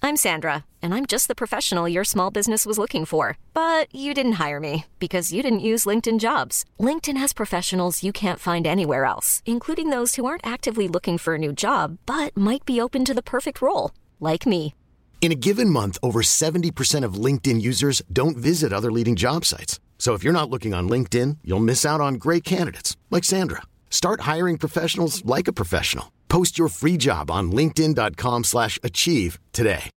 I'm Sandra, and I'm just the professional your small business was looking for. But you didn't hire me because you didn't use LinkedIn Jobs. LinkedIn has professionals you can't find anywhere else, including those who aren't actively looking for a new job, but might be open to the perfect role, like me. In a given month, over 70% of LinkedIn users don't visit other leading job sites. So if you're not looking on LinkedIn, you'll miss out on great candidates like Sandra. Start hiring professionals like a professional. Post your free job on linkedin.com/achieve today.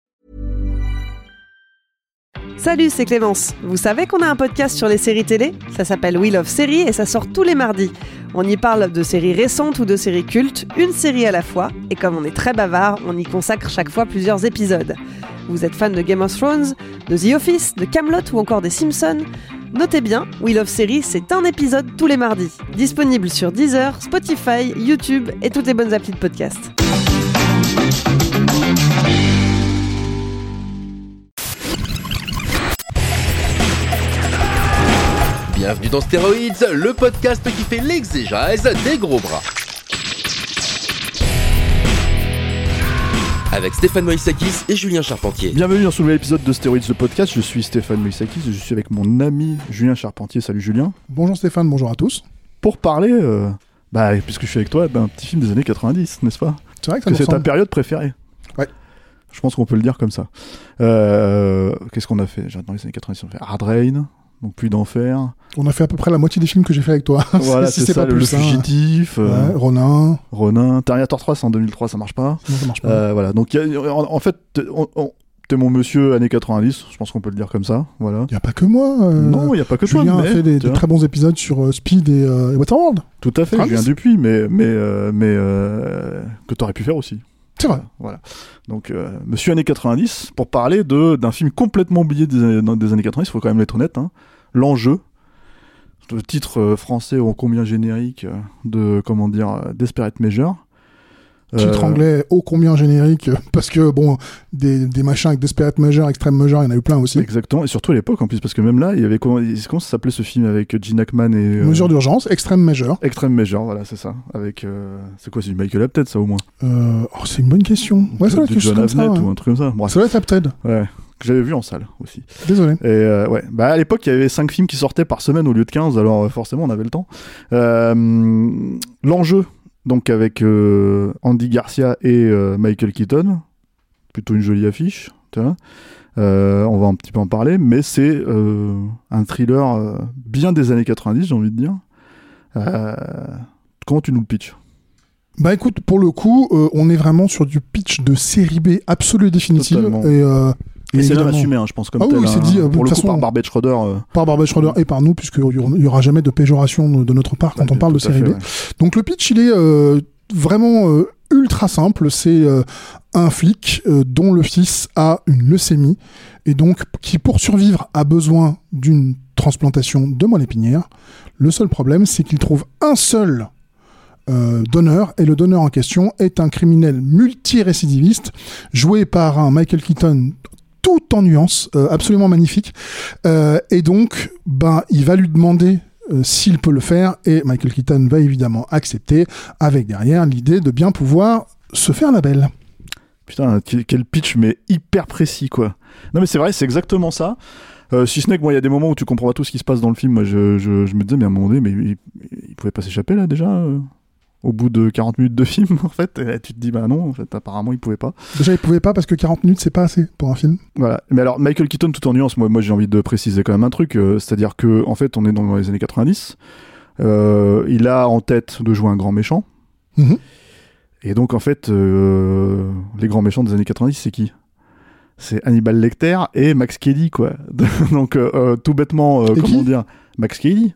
Salut, c'est Clémence. Vous savez qu'on a un podcast sur les séries télé ? Ça s'appelle We Love Séries et ça sort tous les mardis. On y parle de séries récentes ou de séries cultes, une série à la fois. Et comme on est très bavard, on y consacre chaque fois plusieurs épisodes. Vous êtes fan de Game of Thrones, de The Office, de Kaamelott ou encore des Simpsons ? Notez bien, We Love Séries, c'est un épisode tous les mardis. Disponible sur Deezer, Spotify, YouTube et toutes les bonnes applis de podcast. Bienvenue dans Stéroïdes, le podcast qui fait l'exégèse des gros bras. Avec Stéphane Moïsakis et Julien Charpentier. Bienvenue dans ce nouvel épisode de Stéroïdes, le podcast. Je suis Stéphane Moïsakis et je suis avec mon ami Julien Charpentier. Salut Julien. Bonjour Stéphane, bonjour à tous. Pour parler, puisque je suis avec toi, d'un petit film des années 90, n'est-ce pas ? C'est vrai que c'est ta période préférée. Ouais. Je pense qu'on peut le dire comme ça. Qu'est-ce qu'on a fait ? Dans les années 90, on a fait Hard Rain, donc Puits d'Enfer. On a fait à peu près la moitié des films que j'ai fait avec toi. Voilà, si c'est ça, pas le plus, Fugitif. Ronin. Terminator 3, c'est en 2003, ça marche pas. Non, ça marche pas. Voilà, donc en fait, t'es mon monsieur années 90, je pense qu'on peut le dire comme ça. Voilà. Il n'y a pas que moi. Non, il n'y a pas que toi. Julien a fait des très bons épisodes sur Speed et Waterworld. Tout à fait, Julien Dupuis, mais que t'aurais pu faire aussi. C'est vrai. Voilà. Donc, monsieur années 90, pour parler d'un film complètement oublié des années 90, il faut quand même être honnête, hein. L'enjeu, le titre français ô combien générique de, Desperate Measures. Titre anglais ô combien générique, parce que bon, des machins avec Desperate Measures, Extreme Measures, il y en a eu plein aussi. Exactement, et surtout à l'époque en plus, parce que même là, il y avait comment ça s'appelait ce film avec Gene Hackman et... Mesure d'urgence, Extreme Measures. Extreme Measures, voilà, c'est ça. Avec, c'est quoi, c'est du Michael Apted, ça au moins c'est une bonne question. Ouais, ça doit être quelque chose comme ça. Ou un truc comme ça. Bon, ça doit être Apted. Ouais. Que j'avais vu en salle aussi. Désolé. Et à l'époque, il y avait 5 films qui sortaient par semaine au lieu de 15, alors forcément, on avait le temps. L'enjeu, donc avec Andy Garcia et Michael Keaton, plutôt une jolie affiche, tu vois. On va un petit peu en parler, mais c'est un thriller bien des années 90, j'ai envie de dire. Comment tu nous le pitches ? Bah écoute, pour le coup, on est vraiment sur du pitch de série B absolue et définitive. Totalement. Et c'est là assumé, je pense, comme tel. Oui, c'est dit, pour le coup, façon, par Barbet Schroeder. Par Barbet Schroeder et par nous, puisqu'il n'y aura jamais de péjoration de notre part quand on parle de série B. Ouais. Donc le pitch, il est vraiment ultra simple. C'est un flic dont le fils a une leucémie et donc qui, pour survivre, a besoin d'une transplantation de moelle épinière. Le seul problème, c'est qu'il trouve un seul donneur, et le donneur en question est un criminel multirécidiviste joué par un Michael Keaton tout en nuances, absolument magnifique, et donc il va lui demander s'il peut le faire, et Michael Keaton va évidemment accepter, avec derrière l'idée de bien pouvoir se faire la belle. Putain, quel pitch, mais hyper précis, quoi. Non mais c'est vrai, c'est exactement ça. Si ce n'est que moi, il y a des moments où tu comprends pas tout ce qui se passe dans le film. Moi, je me disais, mais à un moment donné, mais il pouvait pas s'échapper là déjà au bout de 40 minutes de film, en fait. Et tu te dis, bah non, en fait, apparemment, il pouvait pas. Déjà, il pouvait pas parce que 40 minutes, c'est pas assez pour un film. Voilà. Mais alors, Michael Keaton, tout en nuance, moi j'ai envie de préciser quand même un truc. C'est-à-dire que, en fait, on est dans les années 90. Il a en tête de jouer un grand méchant. Mm-hmm. Et donc, en fait, les grands méchants des années 90, c'est qui ? C'est Hannibal Lecter et Max Kelly, quoi. Donc, tout bêtement, Max Kelly.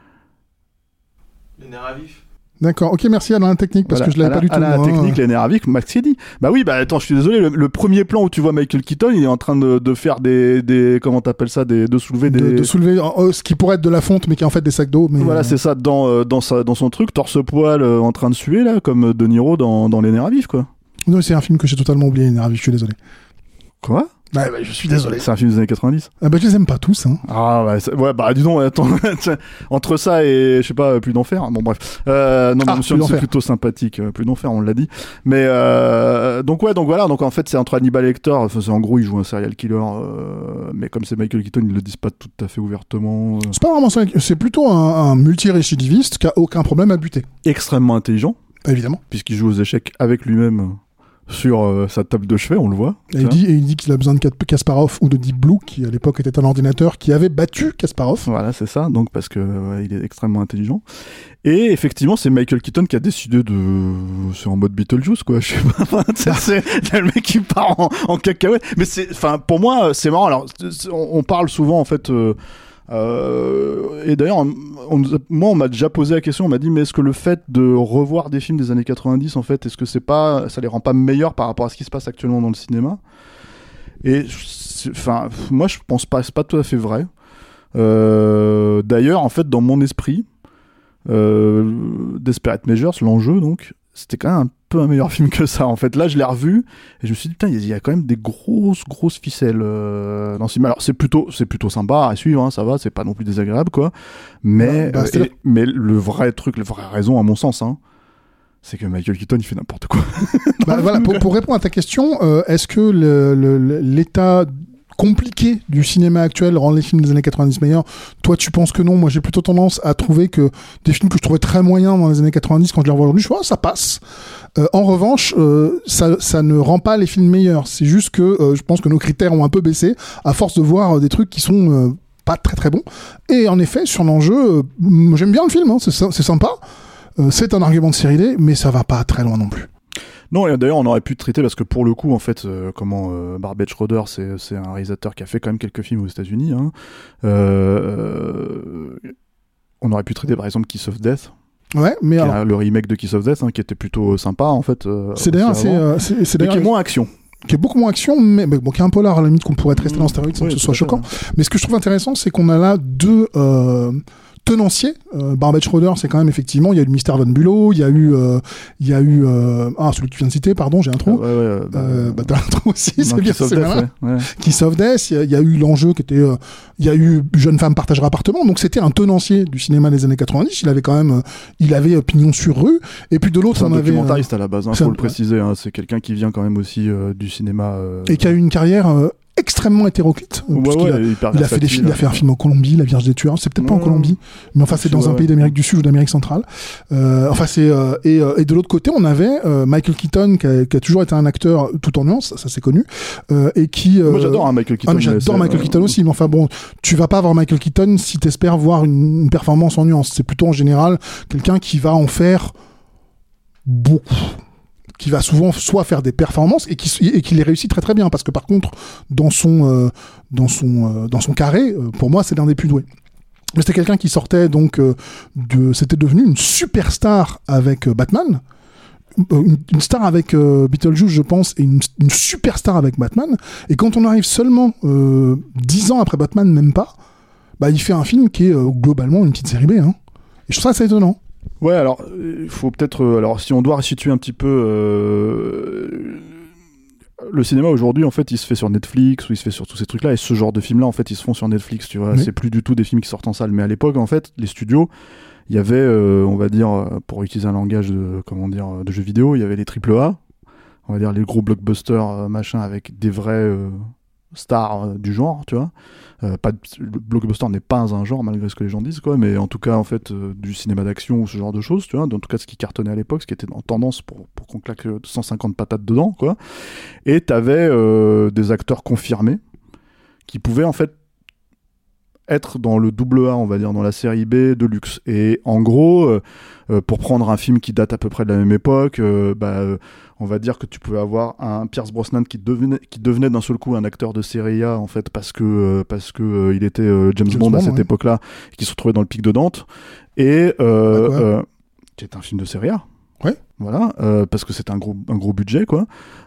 Les nerfs à vif. D'accord, ok, merci Alain Technique, parce que je l'avais pas du tout. Alain Technique, les nerfs à vif, Max Kelly. Bah oui, attends, je suis désolé, le premier plan où tu vois Michael Keaton, il est en train de faire des comment t'appelles ça, de soulever des... De soulever ce qui pourrait être de la fonte, mais qui est en fait des sacs d'eau. Mais voilà, c'est ça, dans son truc, torse-poil, en train de suer, là, comme De Niro dans Les nerfs à vif, quoi. Non, c'est un film que j'ai totalement oublié, Les nerfs à vif, je suis désolé. Quoi ? Ouais, bah, je suis désolé. C'est un film des années 90. Ah bah je les aime pas tous. Hein. Ah ouais, bah dis donc, attends, entre ça et je sais pas, Plus d'enfer. Bon bref, non, c'est plutôt sympathique, Plus d'enfer, on l'a dit. Mais donc voilà, donc en fait c'est entre Hannibal Lecter, enfin c'est en gros il joue un serial killer, mais comme c'est Michael Keaton, ils le disent pas tout à fait ouvertement. C'est pas vraiment ça, c'est plutôt un multi-récidiviste qui a aucun problème à buter. Extrêmement intelligent, évidemment, puisqu'il joue aux échecs avec lui-même. Sur sa table de chevet, on le voit. Et il dit qu'il a besoin de Kasparov ou de Deep Blue, qui à l'époque était un ordinateur qui avait battu Kasparov. Voilà, c'est ça, donc parce que il est extrêmement intelligent. Et effectivement, c'est Michael Keaton qui a décidé de... C'est en mode Beetlejuice, quoi, je sais pas. C'est le mec qui part en cacahuète. Mais pour moi, c'est marrant. Alors, on parle souvent, en fait... et d'ailleurs, moi, on m'a déjà posé la question, on m'a dit, mais est-ce que le fait de revoir des films des années 90, en fait, est-ce que ça les rend pas meilleurs par rapport à ce qui se passe actuellement dans le cinéma ? Et moi, je pense pas, c'est pas tout à fait vrai. D'ailleurs, en fait, dans mon esprit, Desperate Measures, l'enjeu, donc, c'était quand même un peu un meilleur film que ça, en fait. Là, je l'ai revu et je me suis dit, putain, il y a quand même des grosses ficelles dans ce film. Alors, c'est plutôt sympa à suivre, hein, ça va, c'est pas non plus désagréable, quoi. Mais, mais la vraie raison, à mon sens, hein, c'est que Michael Keaton, il fait n'importe quoi. Voilà, pour répondre à ta question, est-ce que l'état compliqué du cinéma actuel rend les films des années 90 meilleurs? Toi, tu penses que non? Moi, j'ai plutôt tendance à trouver que des films que je trouvais très moyens dans les années 90, quand je les revois aujourd'hui, je vois, ça passe. En revanche, ça ne rend pas les films meilleurs. C'est juste que je pense que nos critères ont un peu baissé à force de voir des trucs qui sont pas très très bons. Et en effet, sur l'enjeu, j'aime bien le film, hein, c'est sympa. C'est un argument de série D, mais ça va pas très loin non plus. Non, et d'ailleurs, on aurait pu traiter, parce que pour le coup, en fait, Barbet Schroeder, c'est un réalisateur qui a fait quand même quelques films aux États-Unis. Hein. On aurait pu traiter, par exemple, Kiss of Death. Ouais, mais alors... le remake de Kiss of Death, hein, qui était plutôt sympa, en fait. C'est d'ailleurs, mais qui est moins action. Qui est beaucoup moins action, mais bon, qui est un polar à la limite qu'on pourrait être resté dans stéroïdes sans que ce soit choquant. Mais ce que je trouve intéressant, c'est qu'on a là deux tenancier. Barbet Schroeder, c'est quand même effectivement, il y a eu le Mystère Von Bülow, il y a eu celui que tu viens de citer, pardon, j'ai un trou. T'as un trou aussi, c'est bien, c'est malin. Kiss of Death, il y a eu l'enjeu qui était, il y a eu Jeune femme partagera appartement, donc c'était un tenancier du cinéma des années 90, il avait pignon sur rue, et puis de l'autre, on avait... C'est un documentariste à la base, faut le préciser, hein, c'est quelqu'un qui vient quand même aussi du cinéma... Et qui a eu une carrière... extrêmement hétéroclite. Il a fait un film en Colombie, La Vierge des Tueurs. C'est peut-être pas en Colombie, mais enfin c'est dans un pays d'Amérique du Sud ou d'Amérique centrale. Et de l'autre côté, on avait Michael Keaton qui a toujours été un acteur tout en nuance, ça c'est connu, et qui. Moi j'adore Michael Keaton. J'adore Michael Keaton aussi, mais enfin bon, tu vas pas voir Michael Keaton si t'espères voir une performance en nuance. C'est plutôt en général quelqu'un qui va en faire beaucoup, qui va souvent soit faire des performances et qui les réussit très très bien, parce que par contre dans son carré, pour moi c'est l'un des plus doués. Mais c'était quelqu'un qui sortait donc c'était devenu une superstar avec Batman, une star avec Beetlejuice je pense, et une superstar avec Batman, et quand on arrive seulement 10 ans après Batman, même pas, il fait un film qui est globalement une petite série B, hein. Et je trouve ça assez étonnant. Ouais, alors il faut peut-être alors si on doit resituer un petit peu le cinéma aujourd'hui, en fait il se fait sur Netflix ou il se fait sur tous ces trucs là, et ce genre de films là en fait ils se font sur Netflix, tu vois. Oui. C'est plus du tout des films qui sortent en salle, mais à l'époque en fait les studios, il y avait on va dire, pour utiliser un langage de jeux vidéo, il y avait les AAA, on va dire les gros blockbusters machin, avec des vrais stars du genre, tu vois. Le blockbuster n'est pas un genre malgré ce que les gens disent, quoi, mais en tout cas en fait du cinéma d'action ou ce genre de choses, tu vois, en tout cas ce qui cartonnait à l'époque, ce qui était en tendance pour qu'on claque 150 patates dedans, quoi. Et t'avais des acteurs confirmés qui pouvaient en fait être dans le double A, on va dire, dans la série B de luxe. Et en gros, pour prendre un film qui date à peu près de la même époque, on va dire que tu pouvais avoir un Pierce Brosnan qui devenait d'un seul coup un acteur de série A, en fait, parce que il était James Bond à cette époque-là, et qui se retrouvait dans le Pic de Dante, et qui est un film de série A. Ouais. Voilà, parce que c'est un gros budget, quoi.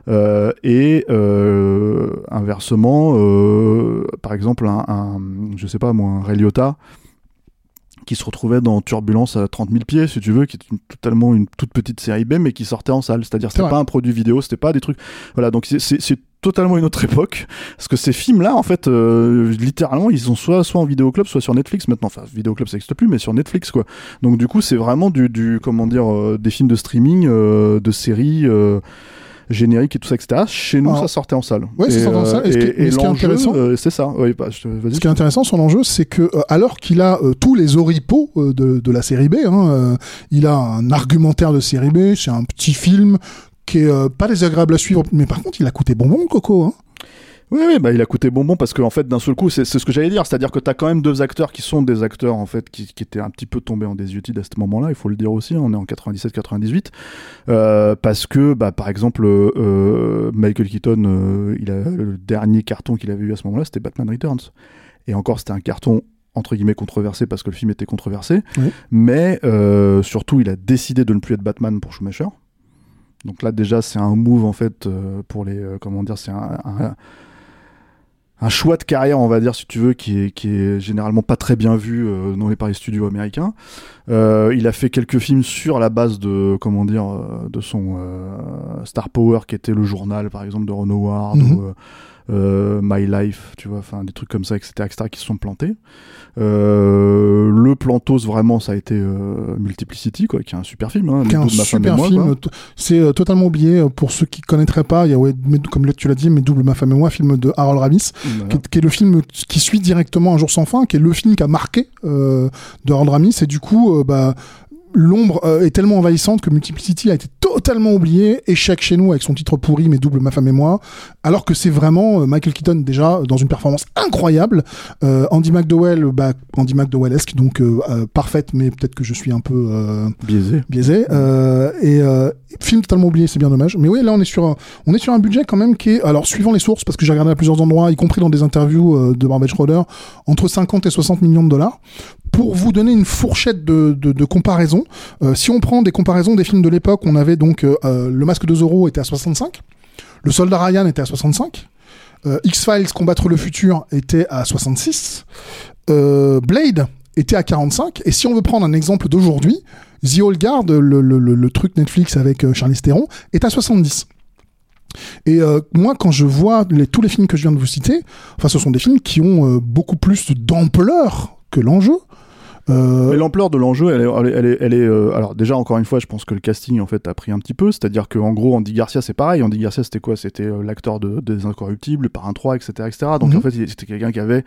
Inversement, par exemple, je sais pas moi, un Ray Liotta qui se retrouvait dans Turbulence à 30 000 pieds, si tu veux, qui est totalement une toute petite série B, mais qui sortait en salle. C'est-à-dire, c'était pas un produit vidéo, c'était pas des trucs... Voilà, donc c'est totalement une autre époque, parce que ces films-là, en fait, littéralement, ils sont soit en vidéoclub, soit sur Netflix maintenant. Enfin, vidéoclub, ça n'existe plus, mais sur Netflix, quoi. Donc, du coup, c'est vraiment comment dire, des films de streaming, de séries, génériques et tout ça, etc. Chez nous, ça sortait en salle. Ouais, ça sortait en salle. Et ce qui est intéressant, c'est ça. Ouais, vas-y. Ce qui est intéressant sur l'enjeu, c'est que alors qu'il a tous les oripeaux de la série B, il a un argumentaire de série B, c'est un petit film qui est pas désagréable à suivre, mais par contre, il a coûté bonbon, Coco. Hein. Oui, bah, il a coûté bonbon parce qu'en fait, d'un seul coup, c'est ce que j'allais dire, c'est-à-dire que t'as quand même deux acteurs qui sont des acteurs en fait qui étaient un petit peu tombés en désuétude à ce moment-là, il faut le dire aussi, on est en 97-98, parce que, bah, par exemple, Michael Keaton, le dernier carton qu'il avait eu à ce moment-là, c'était Batman Returns, et encore, c'était un carton entre guillemets controversé parce que le film était controversé, mais surtout, il a décidé de ne plus être Batman pour Schumacher. Donc là déjà c'est un move en fait pour les comment dire, c'est un choix de carrière, on va dire, si tu veux, qui est généralement pas très bien vu dans les paris studios américains. Il a fait quelques films sur la base de comment dire de son star power qui était le journal par exemple de Ron Howard ou My Life, tu vois, enfin des trucs comme ça, etc., qui se sont plantés. Le Plantos, vraiment, ça a été Multiplicity, quoi, qui est un super film, hein, qui est un super film. C'est totalement oublié pour ceux qui connaîtraient pas. Il y a, comme tu l'as dit, Mes doubles, ma femme et moi, film de Harold Ramis, qui est le film qui suit directement Un jour sans fin, qui est le film qui a marqué de Harold Ramis, et du coup, l'ombre est tellement envahissante que Multiplicity a été totalement oublié. Échec chez nous avec son titre pourri, Mes doubles, ma femme et moi. Alors que c'est vraiment Michael Keaton déjà dans une performance incroyable. Andy McDowell, Andy McDowell-esque, donc parfaite, mais peut-être que je suis un peu biaisé. Film totalement oublié, c'est bien dommage. Mais oui, là on est sur un budget quand même qui est, alors suivant les sources, parce que j'ai regardé à plusieurs endroits, y compris dans des interviews de Barbet Schroeder, entre 50 et 60 millions de dollars. Pour vous donner une fourchette de comparaison, si on prend des comparaisons des films de l'époque, on avait donc Le Masque de Zorro était à 65, Le Soldat Ryan était à 65, X-Files Combattre le futur était à 66, Blade était à 45, et si on veut prendre un exemple d'aujourd'hui, The Old Guard, le truc Netflix avec Charlize Theron, est à 70. Et moi, quand je vois tous les films que je viens de vous citer, enfin, ce sont des films qui ont beaucoup plus d'ampleur que l'enjeu. Mais l'ampleur de l'enjeu, elle est alors déjà, encore une fois, je pense que le casting en fait a pris un petit peu, c'est-à-dire que en gros, Andy Garcia, c'est pareil. Andy Garcia, c'était quoi? C'était l'acteur des Incorruptibles, Parrain 3, etc., etc. Donc en fait, c'était quelqu'un qui avait,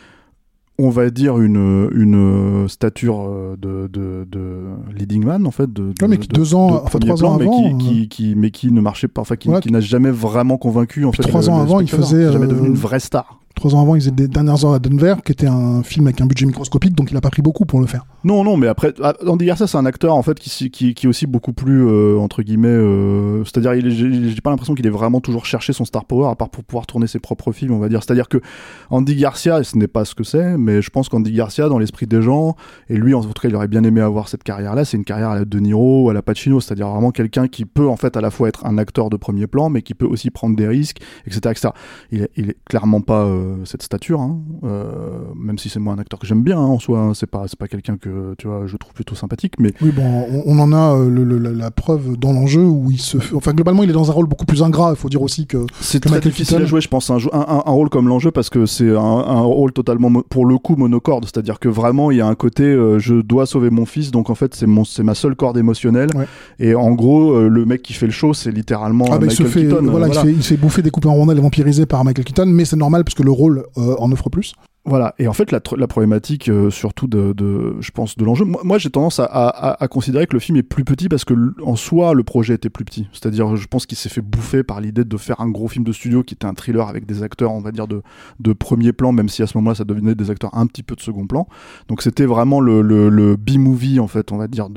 on va dire, une stature de leading man, en fait, mais qui 3 ans avant, mais qui ne marchait pas, enfin qui n'a jamais vraiment convaincu, en fait. 3 ans avant, il faisait jamais devenu une vraie star. 3 ans avant, il faisait des Dernières heures à Denver, qui était un film avec un budget microscopique, donc il a pas pris beaucoup pour le faire. Non, mais après, Andy Garcia, c'est un acteur en fait qui est aussi beaucoup plus entre guillemets, c'est-à-dire, j'ai pas l'impression qu'il ait vraiment toujours cherché son star power, à part pour pouvoir tourner ses propres films, on va dire. C'est-à-dire que Andy Garcia, ce n'est pas ce que c'est, mais je pense qu'Andy Garcia, dans l'esprit des gens, et lui, en tout cas, il aurait bien aimé avoir cette carrière-là. C'est une carrière à la De Niro, à la Pacino, c'est-à-dire vraiment quelqu'un qui peut en fait à la fois être un acteur de premier plan, mais qui peut aussi prendre des risques, etc., etc. Il est clairement pas cette stature, hein. Même si c'est moi un acteur que j'aime bien, hein, en soi, hein. C'est pas quelqu'un que, tu vois, je trouve plutôt sympathique, mais oui, bon, on en a la preuve dans l'enjeu où enfin, globalement, il est dans un rôle beaucoup plus ingrat. Il faut dire aussi que c'est très difficile à jouer, je pense, un rôle comme l'enjeu, parce que c'est un rôle totalement pour le coup monocorde, c'est-à-dire que vraiment il y a un côté je dois sauver mon fils, donc en fait c'est ma seule corde émotionnelle, et en gros le mec qui fait le show, c'est littéralement Michael Keaton. Il se fait bouffer, découper en rondelles et vampirisé par Michael Keaton, mais c'est normal parce que le rôle en offre plus. Voilà, et en fait la problématique surtout je pense de l'enjeu, moi j'ai tendance à considérer que le film est plus petit parce que en soi le projet était plus petit, c'est-à-dire je pense qu'il s'est fait bouffer par l'idée de faire un gros film de studio qui était un thriller avec des acteurs, on va dire, de premier plan, même si à ce moment-là ça devenait des acteurs un petit peu de second plan, donc c'était vraiment le B-movie en fait, on va dire,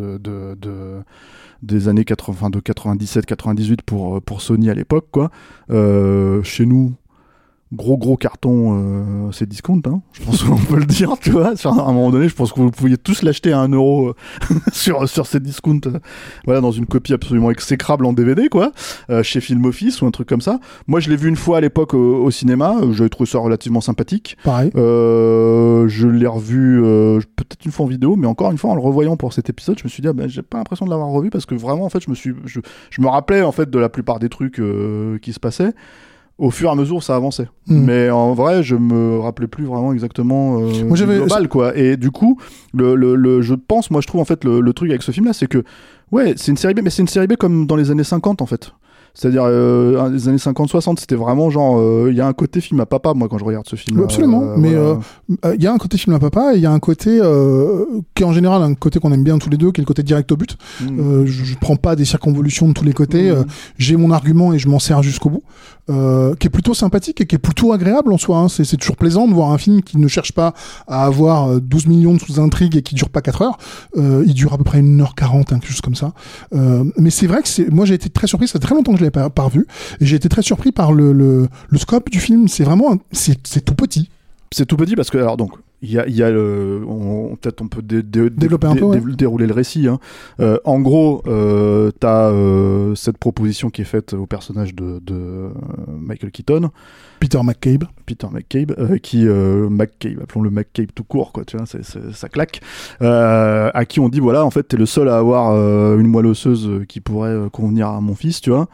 des années 80, de 97-98 pour Sony à l'époque, quoi. Chez nous, gros carton, c'est discount, hein. Je pense qu'on peut le dire, tu vois. À un moment donné, je pense que vous pouviez tous l'acheter à 1€ sur ces discounts, voilà, dans une copie absolument exécrable en DVD, quoi, chez Film Office ou un truc comme ça. Moi, je l'ai vu une fois à l'époque au cinéma. J'avais trouvé ça relativement sympathique. Pareil. Je l'ai revu peut-être une fois en vidéo, mais encore une fois en le revoyant pour cet épisode, je me suis dit j'ai pas l'impression de l'avoir revu, parce que vraiment en fait je me rappelais en fait de la plupart des trucs qui se passaient. au fur et à mesure ça avançait. Mais en vrai je me rappelais plus vraiment exactement moi, le global quoi. Et du coup je pense, moi je trouve en fait le truc avec ce film là, c'est que ouais c'est une série B, mais c'est une série B comme dans les années 50 en fait. C'est-à-dire les années 50-60, c'était vraiment genre il y a un côté film à papa moi quand je regarde ce film. Absolument, mais il y a un côté film à papa et il y a un côté qui est en général un côté qu'on aime bien tous les deux, qui est le côté direct au but. Je prends pas des circonvolutions de tous les côtés, j'ai mon argument et je m'en sers jusqu'au bout, qui est plutôt sympathique et qui est plutôt agréable en soi, hein. C'est toujours plaisant de voir un film qui ne cherche pas à avoir 12 millions de sous-intrigues et qui dure pas 4 heures. Il dure à peu près 1h40, quelque chose comme ça. Mais c'est vrai que moi j'ai été très surpris, ça fait très longtemps que je l'avais pas revu, et j'ai été très surpris par le scope du film. C'est vraiment c'est tout petit. C'est tout petit parce que alors donc il y a peut-être on peut développer un peu, dérouler le récit, hein. En gros t'as cette proposition qui est faite au personnage de Michael Keaton, Peter McCabe, qui McCabe, appelons-le McCabe tout court quoi, tu vois, ça claque, à qui on dit voilà en fait t'es le seul à avoir une moelle osseuse qui pourrait convenir à mon fils, tu vois.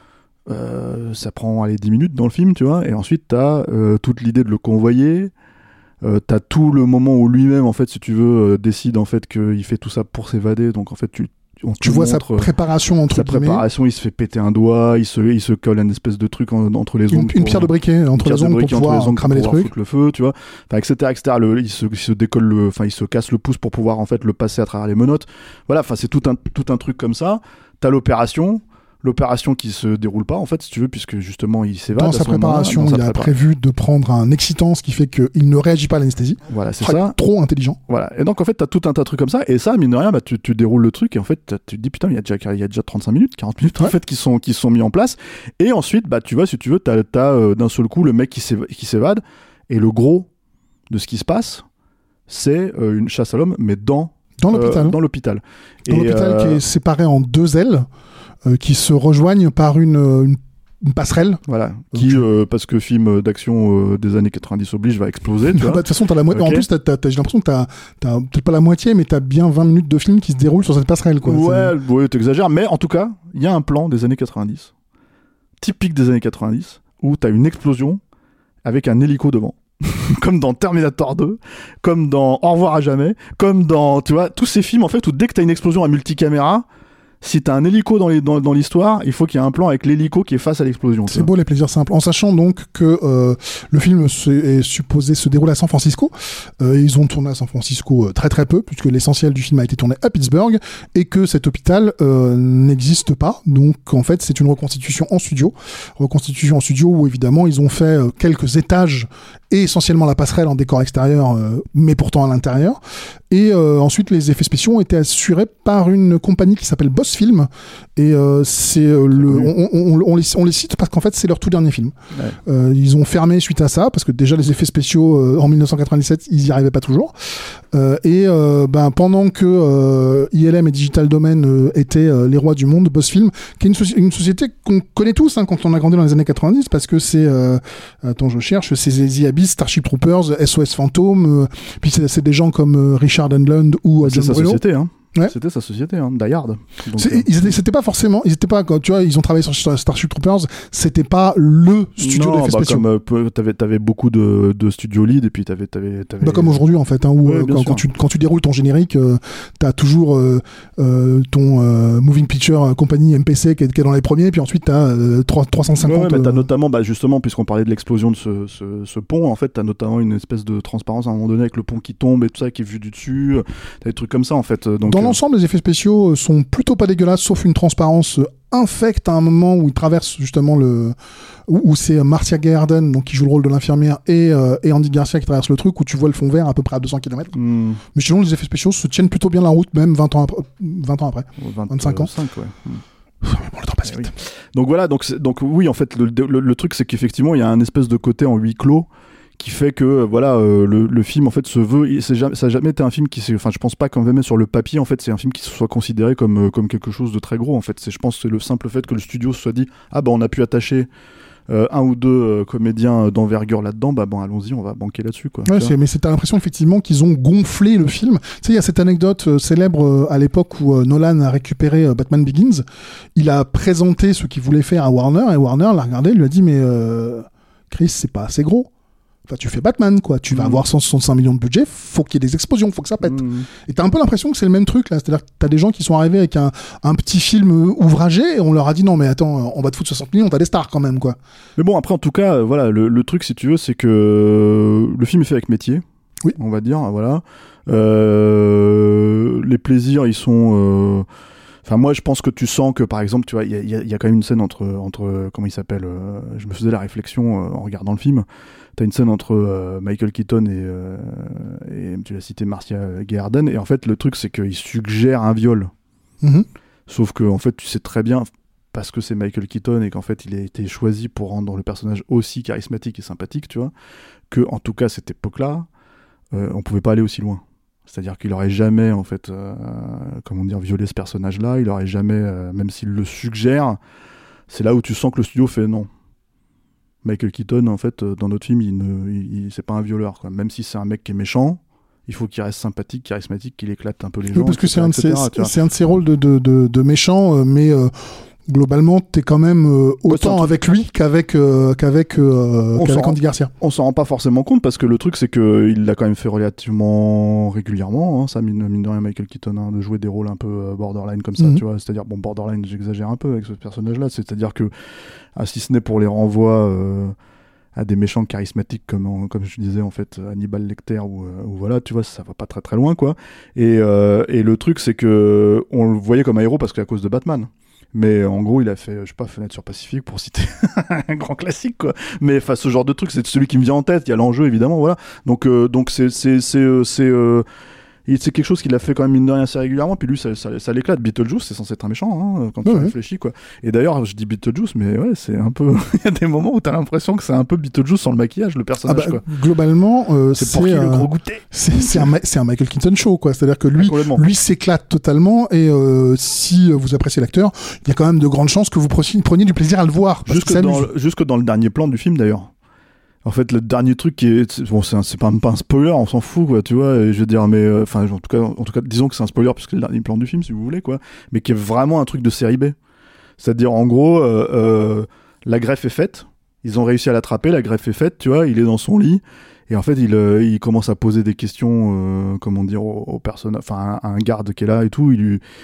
Ça prend 10 minutes dans le film, tu vois, et ensuite t'as toute l'idée de le convoyer, t'as tout le moment où lui-même en fait si tu veux décide en fait qu'il fait tout ça pour s'évader, donc en fait tu vois sa préparation entre guillemets. Préparation, il se fait péter un doigt, il se colle une espèce de truc entre les ongles, une pierre de briquet entre les ongles pour pouvoir cramer les trucs, foutre le feu, tu vois, enfin, etc. il se décolle enfin il se casse le pouce pour pouvoir en fait le passer à travers les menottes, voilà, enfin c'est tout un truc comme ça. T'as l'opération qui se déroule pas en fait si tu veux, puisque justement il s'évade. Dans sa préparation il a prévu de prendre un excitant, ce qui fait qu'il ne réagit pas à l'anesthésie. Voilà, c'est ça. Trop intelligent. Voilà, et donc en fait t'as tout un tas de trucs comme ça, et ça mine de rien tu déroules le truc et en fait tu te dis putain il y a déjà 35 minutes 40 minutes en fait qui sont mis en place, et ensuite tu vois si tu veux t'as d'un seul coup le mec qui s'évade, et le gros de ce qui se passe c'est une chasse à l'homme, mais dans l'hôpital. Dans l'hôpital qui est séparé en 2 ailes qui se rejoignent par une passerelle. Voilà. Qui, parce que film d'action des années 90 oblige, va exploser. De toute façon, t'as la moitié. Okay. En plus, j'ai l'impression que t'as peut-être pas la moitié, mais t'as bien 20 minutes de film qui se déroulent sur cette passerelle, quoi. Ouais, t'exagères. Mais en tout cas, il y a un plan des années 90, typique des années 90, où t'as une explosion avec un hélico devant. Comme dans Terminator 2, comme dans Au revoir à jamais, comme dans, tu vois, tous ces films, en fait, où dès que t'as une explosion à multicaméra, si t'as un hélico dans l'histoire, il faut qu'il y ait un plan avec l'hélico qui est face à l'explosion. C'est beau les plaisirs simples. En sachant donc que le film est supposé se dérouler à San Francisco. Ils ont tourné à San Francisco très très peu, puisque l'essentiel du film a été tourné à Pittsburgh, et que cet hôpital n'existe pas. Donc en fait c'est une reconstitution en studio. Reconstitution en studio où évidemment ils ont fait quelques étages et essentiellement la passerelle en décor extérieur, mais pourtant à l'intérieur. Et ensuite, les effets spéciaux ont été assurés par une compagnie qui s'appelle Boss Film. Et c'est on les cite parce qu'en fait, c'est leur tout dernier film. Ouais. Ils ont fermé suite à ça, parce que déjà les effets spéciaux en 1997, ils y arrivaient pas toujours. Pendant que ILM et Digital Domain étaient les rois du monde, Boss Film, qui est une société qu'on connaît tous quand on a grandi dans les années 90, parce que c'est c'est The Abyss, Starship Troopers, SOS Phantom, puis c'est des gens comme Richard Enlund ou John Bruno. Société, hein. Ouais. C'était sa société, hein, Die Hard. Donc, c'était pas forcément, tu vois, ils ont travaillé sur Starship Troopers, c'était pas le studio d'effets spéciaux. Comme t'avais beaucoup de studios lead, et puis t'avais comme aujourd'hui en fait, hein, où quand tu déroules ton générique, t'as toujours ton Moving Picture Company MPC qui est dans les premiers, puis ensuite t'as 350. Ouais, mais t'as notamment, justement, puisqu'on parlait de l'explosion de ce pont, en fait, t'as notamment une espèce de transparence à un moment donné avec le pont qui tombe et tout ça, qui est vu du dessus. T'as des trucs comme ça, en fait. Donc, dans l'ensemble, les effets spéciaux sont plutôt pas dégueulasses, sauf une transparence infecte à un moment où il traverse justement où c'est Marcia Gay Harden, donc qui joue le rôle de l'infirmière, et Andy Garcia qui traverse le truc, où tu vois le fond vert à peu près à 200 km. Mais sinon, les effets spéciaux se tiennent plutôt bien la route, même 20 ans après. 25 ans. 5, ouais. Mais bon, le temps passe vite. Oui. Donc voilà, donc oui, en fait, le truc, c'est qu'effectivement, il y a un espèce de côté en huis clos qui fait que le film en fait se veut, ça a jamais été un film qui je pense pas qu'en même sur le papier en fait c'est un film qui soit considéré comme quelque chose de très gros en fait. Je pense que c'est le simple fait que le studio se soit dit on a pu attacher un ou deux comédiens d'envergure là-dedans, allons-y, on va banquer là-dessus, quoi. Ouais, mais t'as l'impression effectivement qu'ils ont gonflé le film. Tu sais, il y a cette anecdote célèbre à l'époque où Nolan a récupéré Batman Begins. Il a présenté ce qu'il voulait faire à Warner, et Warner l'a regardé, lui a dit mais Chris, c'est pas assez gros. Enfin, tu fais Batman, quoi. Tu vas avoir 165 millions de budget, faut qu'il y ait des explosions, faut que ça pète. Et t'as un peu l'impression que c'est le même truc, là. C'est-à-dire que t'as des gens qui sont arrivés avec un petit film ouvragé, et on leur a dit non, mais attends, on va te foutre 60 millions, t'as des stars quand même, quoi. Mais bon, après, en tout cas, voilà, le truc, si tu veux, c'est que le film est fait avec métier. Oui. On va dire, voilà. Les plaisirs, ils sont. Enfin, moi, je pense que tu sens que, par exemple, tu vois, il y a quand même une scène entre comment il s'appelle. Je me faisais la réflexion en regardant le film. T'as une scène entre Michael Keaton et tu l'as cité, Marcia Gay Harden, et en fait le truc c'est qu'il suggère un viol. Sauf que en fait tu sais très bien, parce que c'est Michael Keaton et qu'en fait il a été choisi pour rendre le personnage aussi charismatique et sympathique, tu vois, que en tout cas à cette époque-là on pouvait pas aller aussi loin. C'est-à-dire qu'il aurait jamais en fait violé ce personnage-là, il aurait jamais, même s'il le suggère, c'est là où tu sens que le studio fait non. Michael Keaton, en fait, dans notre film, c'est pas un violeur, quoi. Même si c'est un mec qui est méchant, il faut qu'il reste sympathique, charismatique, qu'il éclate un peu les gens. Parce que c'est un de ses rôles de méchant, mais globalement, t'es quand même autant avec lui qu'avec Andy Garcia. On s'en rend pas forcément compte parce que le truc, c'est qu'il l'a quand même fait relativement régulièrement, hein, ça mine de rien, Michael Keaton, hein, de jouer des rôles un peu borderline comme ça, tu vois. C'est-à-dire, bon, borderline, j'exagère un peu avec ce personnage-là, c'est-à-dire que, si ce n'est pour les renvois à des méchants charismatiques comme je disais, en fait, Hannibal Lecter ou voilà, tu vois, ça va pas très très loin, quoi. Et le truc, c'est que on le voyait comme un héros parce qu'à cause de Batman. Mais en gros, il a fait, je sais pas, Fenêtre sur Pacifique pour citer un grand classique, quoi. Mais enfin, ce genre de truc, c'est celui qui me vient en tête. Il y a l'enjeu, évidemment, voilà. Donc c'est quelque chose qu'il a fait quand même mine de rien assez régulièrement. Puis lui, ça l'éclate. Beetlejuice, c'est censé être un méchant, hein, quand tu réfléchis, quoi. Et d'ailleurs, je dis Beetlejuice, mais ouais, c'est un peu. Il y a des moments où t'as l'impression que c'est un peu Beetlejuice sans le maquillage, le personnage, quoi. Globalement, c'est pour qui le gros goûter. C'est un Michael Keaton show, quoi. C'est-à-dire que lui s'éclate totalement. Et si vous appréciez l'acteur, il y a quand même de grandes chances que vous preniez du plaisir à le voir. Jusque dans le dernier plan du film, d'ailleurs. En fait, le dernier truc qui est bon, c'est pas un spoiler, on s'en fout, quoi, tu vois. Et je veux dire, mais enfin, en tout cas, disons que c'est un spoiler puisque c'est le dernier plan du film, si vous voulez, quoi. Mais qui est vraiment un truc de série B. C'est-à-dire, en gros, la greffe est faite. Ils ont réussi à l'attraper, la greffe est faite, tu vois. Il est dans son lit et en fait, il commence à poser des questions, comment dire, aux personnes, enfin, à un garde qui est là et tout.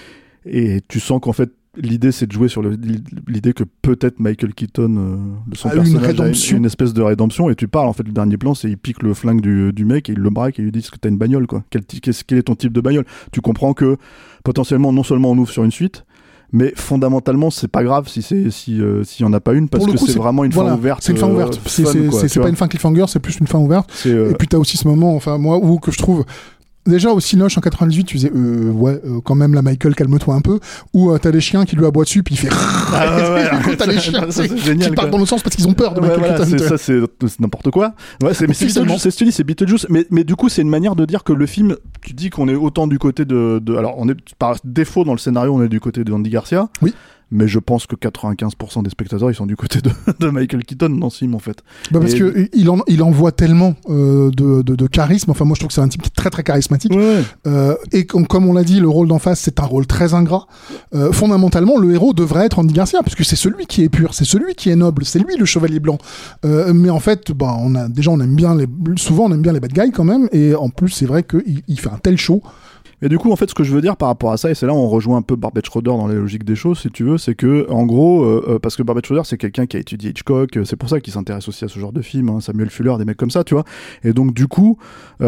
Et tu sens qu'en fait, l'idée, c'est de jouer sur l'idée que peut-être Michael Keaton, son personnage, a une espèce de rédemption. Et tu parles, en fait, le dernier plan, c'est il pique le flingue du mec et il le braque et il lui dit est-ce que t'as une bagnole, quoi. Quel est ton type de bagnole? Tu comprends que potentiellement, non seulement on ouvre sur une suite, mais fondamentalement, c'est pas grave s'il y en a pas une, parce que c'est vraiment une fin ouverte. C'est une fin ouverte. C'est pas une fin cliffhanger, c'est plus une fin ouverte. Et puis t'as aussi ce moment, enfin, moi, où que je trouve. Déjà au Cinoche en 98, tu disais quand même la Michael, calme-toi un peu. Ou t'as des chiens qui lui aboient dessus puis il fait du coup t'as des chiens qui partent dans l'autre sens parce qu'ils ont peur de Michael Keaton. Ça c'est n'importe quoi. Ouais, c'est Beetlejuice, c'est Beetlejuice. Mais du coup c'est une manière de dire que le film, tu dis qu'on est autant du côté de alors on est par défaut dans le scénario, on est du côté de Andy Garcia. Oui. Mais je pense que 95% des spectateurs ils sont du côté de Michael Keaton dans ce film, en fait. Parce que il envoie tellement de charisme. Enfin, moi je trouve que c'est un type qui est très très charismatique. Ouais. Et comme on l'a dit, le rôle d'en face c'est un rôle très ingrat. Fondamentalement, le héros devrait être Andy Garcia puisque c'est celui qui est pur, c'est celui qui est noble, c'est lui le chevalier blanc. Mais en fait, on aime bien les bad guys quand même. Et en plus, c'est vrai qu'il fait un tel show. Et du coup, en fait, ce que je veux dire par rapport à ça, et c'est là où on rejoint un peu Barbet Schroeder dans la logique des choses, si tu veux, c'est que, en gros, parce que Barbet Schroeder, c'est quelqu'un qui a étudié Hitchcock, c'est pour ça qu'il s'intéresse aussi à ce genre de film, hein, Samuel Fuller, des mecs comme ça, tu vois. Et donc, du coup,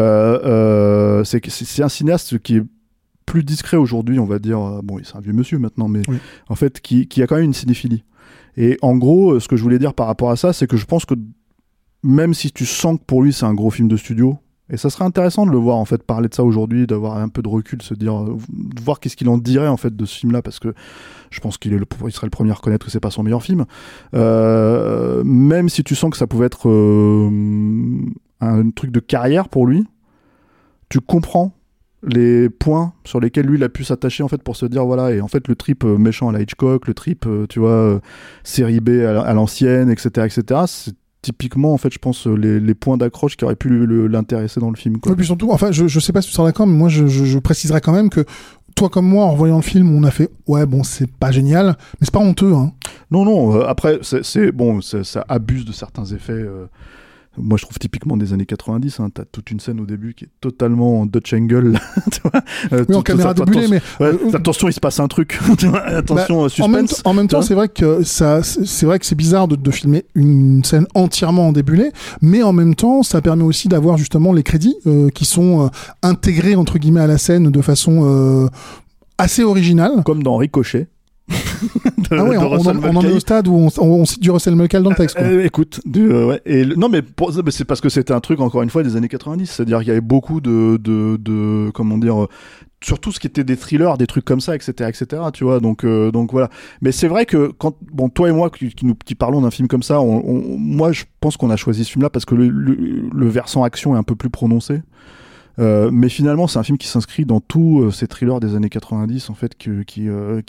c'est un cinéaste qui est plus discret aujourd'hui, on va dire. Bon, c'est un vieux monsieur maintenant, mais oui. En fait, qui a quand même une cinéphilie. Et en gros, ce que je voulais dire par rapport à ça, c'est que je pense que même si tu sens que pour lui, c'est un gros film de studio, et ça serait intéressant de le voir, en fait, parler de ça aujourd'hui, d'avoir un peu de recul, se dire, de voir qu'est-ce qu'il en dirait, en fait, de ce film-là, parce que je pense qu'il serait le premier à reconnaître que c'est pas son meilleur film. Même si tu sens que ça pouvait être un truc de carrière pour lui, tu comprends les points sur lesquels lui il a pu s'attacher en fait pour se dire voilà, et en fait le trip méchant à la Hitchcock, le trip tu vois série B à l'ancienne, etc., c'est typiquement en fait je pense les points d'accroche qui auraient pu l'intéresser dans le film, quoi. Et puis surtout, enfin je sais pas si tu seras d'accord, mais moi je préciserai quand même que toi comme moi, en revoyant le film, on a fait ouais bon, c'est pas génial, mais c'est pas honteux, hein. Non, après c'est bon, ça abuse de certains effets. Moi, je trouve typiquement des années 90, hein, t'as toute une scène au début qui est totalement en Dutch angle, tu vois. Oui, en caméra doublée, mais attention, il se passe un truc. Attention, suspense. En même temps, c'est vrai que c'est bizarre de filmer une scène entièrement en débulé, mais en même temps, ça permet aussi d'avoir justement les crédits qui sont intégrés entre guillemets à la scène de façon assez originale, comme dans Ricochet. Ah ouais, on en est au stade où on cite du Russell Mulcahy dans le texte, quoi. Écoute, ouais. Non, mais c'est parce que c'était un truc, encore une fois, des années 90. C'est-à-dire qu'il y avait beaucoup de comment dire, surtout ce qui était des thrillers, des trucs comme ça, etc., tu vois. Donc voilà. Mais c'est vrai que toi et moi qui parlons d'un film comme ça, moi, je pense qu'on a choisi ce film-là parce que le versant action est un peu plus prononcé. Mais finalement, c'est un film qui s'inscrit dans tous ces thrillers des années 90, en fait, qui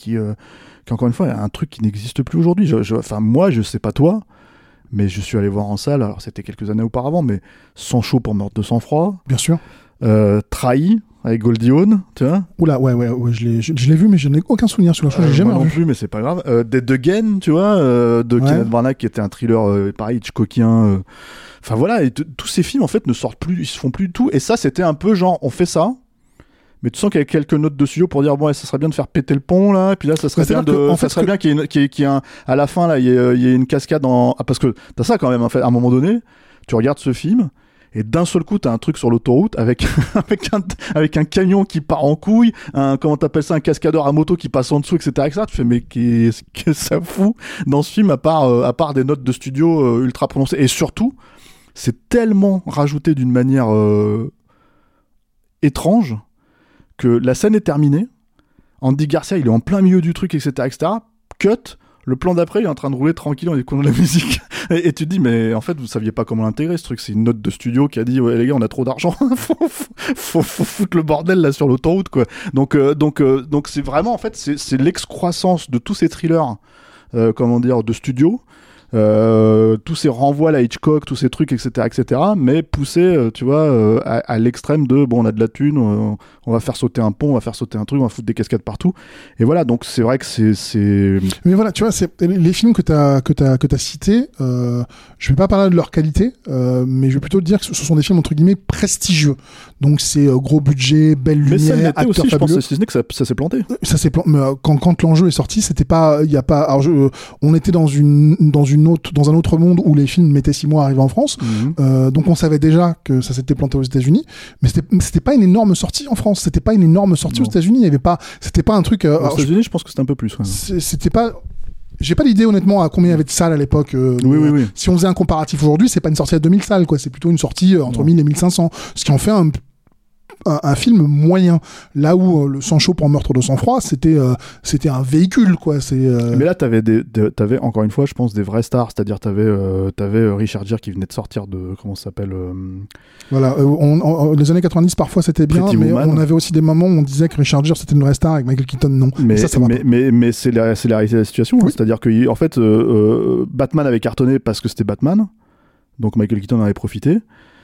encore une fois, est un truc qui n'existe plus aujourd'hui. Moi, je sais pas toi, mais je suis allé voir en salle, alors c'était quelques années auparavant, mais Sans chaud pour meurtre de sang-froid. Bien sûr. Trahi, avec Goldie Hawn, tu vois. Oula, ouais, je l'ai vu, mais je n'ai aucun souvenir sur la chose, j'ai jamais non vu. plus, mais c'est pas grave. Dead Again, tu vois, de Kenneth Branagh, qui était un thriller, pareil, Hitchcockien. Enfin voilà, et tous ces films en fait ne sortent plus, ils se font plus du tout. Et ça, c'était un peu genre, on fait ça, mais tu sens qu'il y a quelques notes de studio pour dire bon, ça serait bien de faire péter le pont là, et puis là, ça serait bien bien qu'il y ait à la fin là, il y ait une cascade parce que t'as ça quand même en fait. À un moment donné, tu regardes ce film. Et d'un seul coup, t'as un truc sur l'autoroute avec un camion qui part en couille, comment t'appelles ça, un cascadeur à moto qui passe en dessous, etc. Tu fais, mais qu'est-ce que ça fout dans ce film à part des notes de studio ultra prononcées. Et surtout, c'est tellement rajouté d'une manière étrange que la scène est terminée. Andy Garcia, il est en plein milieu du truc, etc. Cut. Le plan d'après, il est en train de rouler tranquille en écoutant de la musique. Et tu te dis, mais en fait, vous saviez pas comment l'intégrer, ce truc. C'est une note de studio qui a dit, ouais, les gars, on a trop d'argent. faut foutre le bordel, là, sur l'autoroute, quoi. Donc, c'est vraiment, en fait, c'est l'excroissance de tous ces thrillers, de studio. Tous ces renvois à la Hitchcock, tous ces trucs, etc., mais poussés, tu vois, à l'extrême de bon, on a de la thune, on va faire sauter un pont, on va faire sauter un truc, on va foutre des cascades partout. Et voilà, donc c'est vrai que c'est. Mais voilà, tu vois, les films que t'as cités, je vais pas parler de leur qualité, mais je vais plutôt te dire que ce sont des films entre guillemets prestigieux. Donc c'est gros budget, belle lumière, acteurs aussi, fabuleux. Je pense que ça s'est planté. Ça s'est planté. Mais quand l'enjeu est sorti, c'était pas, il y a pas. Alors on était dans un autre monde où les films mettaient 6 mois à arriver en France. Donc on savait déjà que ça s'était planté aux États-Unis, mais c'était pas une énorme sortie en France. C'était pas une énorme sortie aux États-Unis. Il y avait pas, c'était pas un truc. Aux États-Unis, je pense que c'était un peu plus. Ouais. C'était pas. J'ai pas l'idée honnêtement à combien il y avait de salles à l'époque. Oui. Si on faisait un comparatif aujourd'hui, c'est pas une sortie à 2000 salles, quoi. C'est plutôt une sortie entre 1000 et 1500, ce qui en fait un film moyen, là où le Sans chaud pour meurtre de sang-froid c'était un véhicule, quoi. Mais là t'avais encore une fois, je pense, des vraies stars, c'est-à-dire t'avais Richard Gere qui venait de sortir de comment ça s'appelle voilà, les années 90 parfois c'était bien, Pretty mais Woman. On avait aussi des moments où on disait que Richard Gere c'était une vraie star, avec Michael Keaton non. Mais c'est la réalité de la situation, oui. C'est-à-dire que en fait Batman avait cartonné parce que c'était Batman, donc Michael Keaton en avait profité.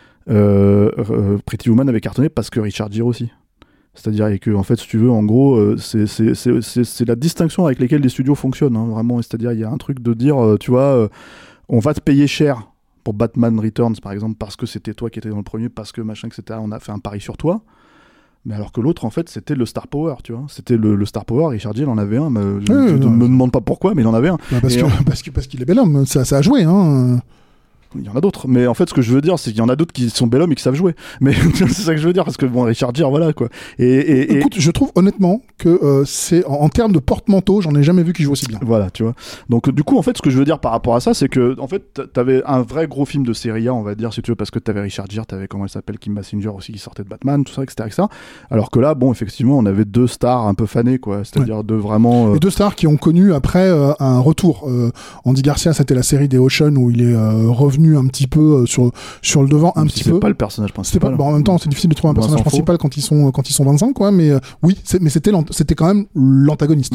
Pretty Woman avait cartonné parce que Richard Gere aussi. C'est-à-dire que en fait, si tu veux, en gros, c'est la distinction avec laquelle les studios fonctionnent, hein, vraiment. C'est-à-dire, il y a un truc de dire, tu vois, on va te payer cher pour Batman Returns, par exemple, parce que c'était toi qui étais dans le premier, parce que machin, etc. On a fait un pari sur toi. Mais alors que l'autre, en fait, c'était le Star Power, tu vois. C'était le Star Power. Richard Gere, il en avait un. Je me demande pas pourquoi, mais il en avait un. Bah parce qu'il est bel homme. Ça a joué, hein. Il y en a d'autres, mais en fait ce que je veux dire c'est qu'il y en a d'autres qui sont bel hommes et qui savent jouer, mais c'est ça que je veux dire, parce que bon, Richard Gere, voilà quoi. Écoute, je trouve honnêtement que c'est en termes de porte-manteau, j'en ai jamais vu qui joue aussi bien. Voilà, tu vois. Donc du coup en fait ce que je veux dire par rapport à ça, c'est que en fait t'avais un vrai gros film de série A, on va dire, si tu veux, parce que t'avais Richard Gere, t'avais comment elle s'appelle, Kim Basinger aussi qui sortait de Batman, tout ça, etc. Alors que là, bon, effectivement, on avait deux stars un peu fanées, quoi, c'est-à-dire deux vraiment. Les deux stars qui ont connu après un retour. Andy Garcia, c'était la série des Ocean où il est revenu revenu un petit peu sur le devant, un petit peu. C'est pas le personnage principal. En même temps, c'est difficile de trouver un personnage principal quand ils sont 25, quoi. Mais oui, c'était quand même l'antagoniste.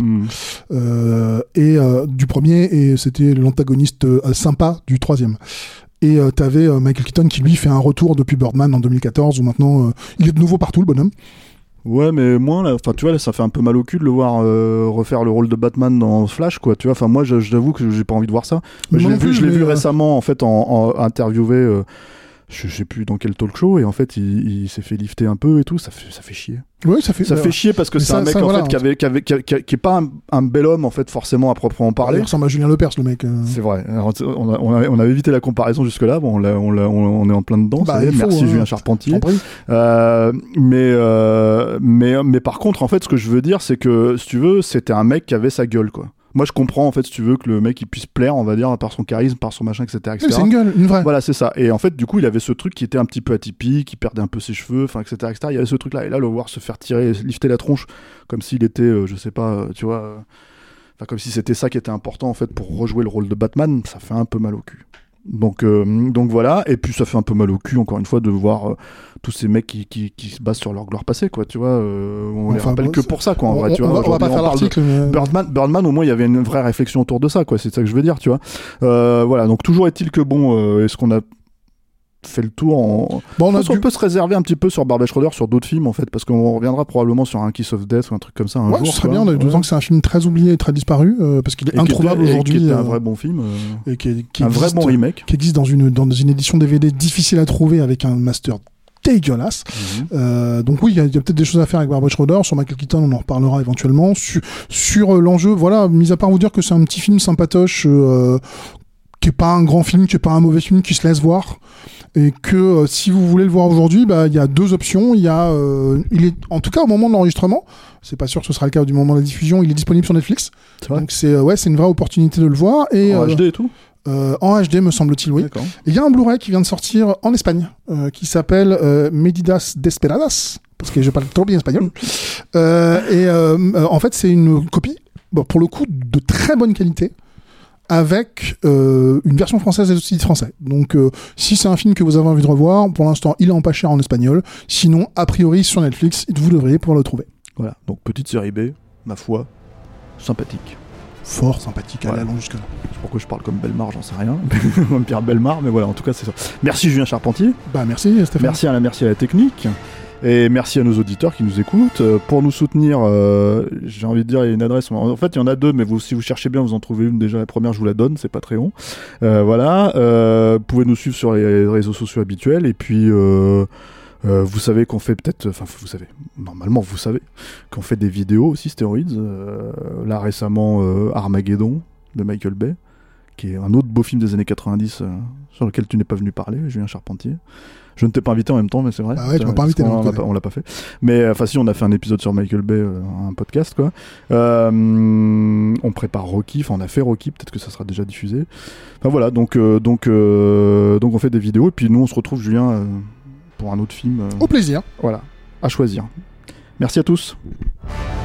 Du premier, et c'était l'antagoniste sympa du troisième. Et t'avais Michael Keaton qui lui fait un retour depuis Birdman en 2014 où maintenant il est de nouveau partout, le bonhomme. Ouais, mais moins là, enfin tu vois, là, ça fait un peu mal au cul de le voir refaire le rôle de Batman dans Flash, quoi. Tu vois, enfin moi, j'avoue que j'ai pas envie de voir ça. Mais je l'ai vu récemment en fait en interviewé. Je sais plus dans quel talk show, et en fait il s'est fait lifter un peu et tout, ça fait chier. Oui, ça fait chier parce que c'est un mec qui est pas un bel homme en fait forcément à proprement parler. Il ressemble à Julien Lepers, le mec. C'est vrai. Alors, on avait évité la comparaison jusque là. Bon, on est en plein dedans. Merci Julien Charpentier. Mais par contre, en fait, ce que je veux dire, c'est que si tu veux, c'était un mec qui avait sa gueule, quoi. Moi, je comprends, en fait, si tu veux, que le mec il puisse plaire, on va dire, par son charisme, par son machin, etc. Oui, c'est une gueule, une vraie. Voilà, c'est ça. Et en fait, du coup, il avait ce truc qui était un petit peu atypique, qui perdait un peu ses cheveux, enfin, etc., etc. Il y avait ce truc-là. Et là, le voir se faire lifter la tronche, comme s'il était, je sais pas, tu vois, comme si c'était ça qui était important, en fait, pour rejouer le rôle de Batman, ça fait un peu mal au cul. Donc voilà, et puis ça fait un peu mal au cul encore une fois de voir tous ces mecs qui se basent sur leur gloire passée, quoi, tu vois, on les rappelle que pour ça, quoi, en vrai, tu vois. On va pas faire l'article, mais... Birdman, au moins il y avait une vraie réflexion autour de ça, quoi, c'est ça que je veux dire, tu vois. Voilà, donc toujours est-il que est-ce qu'on a fait le tour on peut se réserver un petit peu sur Barbet Schroeder sur d'autres films en fait, parce qu'on reviendra probablement sur un Kiss of Death ou un truc comme ça un jour. Ce serait bien, d'autant que c'est un film très oublié et très disparu, parce qu'il est introuvable aujourd'hui. Qui était un vrai bon film, et qui un vrai bon remake, qui existe dans une édition DVD difficile à trouver avec un master dégueulasse. Donc oui, il y a peut-être des choses à faire avec Barbet Schroeder. Sur Michael Keaton, on en reparlera éventuellement. Sur l'enjeu, voilà, mis à part vous dire que c'est un petit film sympatoche, qui est pas un grand film, qui est pas un mauvais film, qui se laisse voir. Et que si vous voulez le voir aujourd'hui, il y a deux options. Il est, en tout cas au moment de l'enregistrement, c'est pas sûr que ce sera le cas du moment de la diffusion, il est disponible sur Netflix. Donc c'est une vraie opportunité de le voir. Et, en HD et tout en HD me semble-t-il, oui. Il y a un Blu-ray qui vient de sortir en Espagne, qui s'appelle Medidas Desperadas, parce que je parle trop bien espagnol. En fait c'est une copie, pour le coup, de très bonne qualité, avec une version française et aussi français. Donc si c'est un film que vous avez envie de revoir, pour l'instant il est en pas cher en espagnol, sinon a priori sur Netflix vous devriez pouvoir le trouver. Voilà, donc petite série B, ma foi, sympathique. Fort sympathique, allez, allons jusque là. Je sais pourquoi je parle comme Bellemare, j'en sais rien. Comme Pierre Bellemare, mais voilà, en tout cas c'est ça. Merci Julien Charpentier. Merci Stéphane. Merci à la technique. Et merci à nos auditeurs qui nous écoutent. Pour nous soutenir, j'ai envie de dire, il y a une adresse. En fait, il y en a deux, mais si vous cherchez bien, vous en trouvez une déjà. La première, je vous la donne, c'est Patreon. Voilà. Vous pouvez nous suivre sur les réseaux sociaux habituels. Et puis, vous savez qu'on fait normalement vous savez qu'on fait des vidéos aussi, Stéroïdes. Là, récemment, Armageddon de Michael Bay, qui est un autre beau film des années 90 sur lequel tu n'es pas venu parler, Julien Charpentier. Je ne t'ai pas invité en même temps, mais c'est vrai. Ah ouais, tu m'as pas invité. On l'a pas fait. Mais enfin, si, on a fait un épisode sur Michael Bay, un podcast, quoi. On prépare Rocky. Enfin, on a fait Rocky. Peut-être que ça sera déjà diffusé. Enfin voilà. Donc, on fait des vidéos. Et puis nous, on se retrouve, Julien, pour un autre film. Au plaisir. Voilà. À choisir. Merci à tous.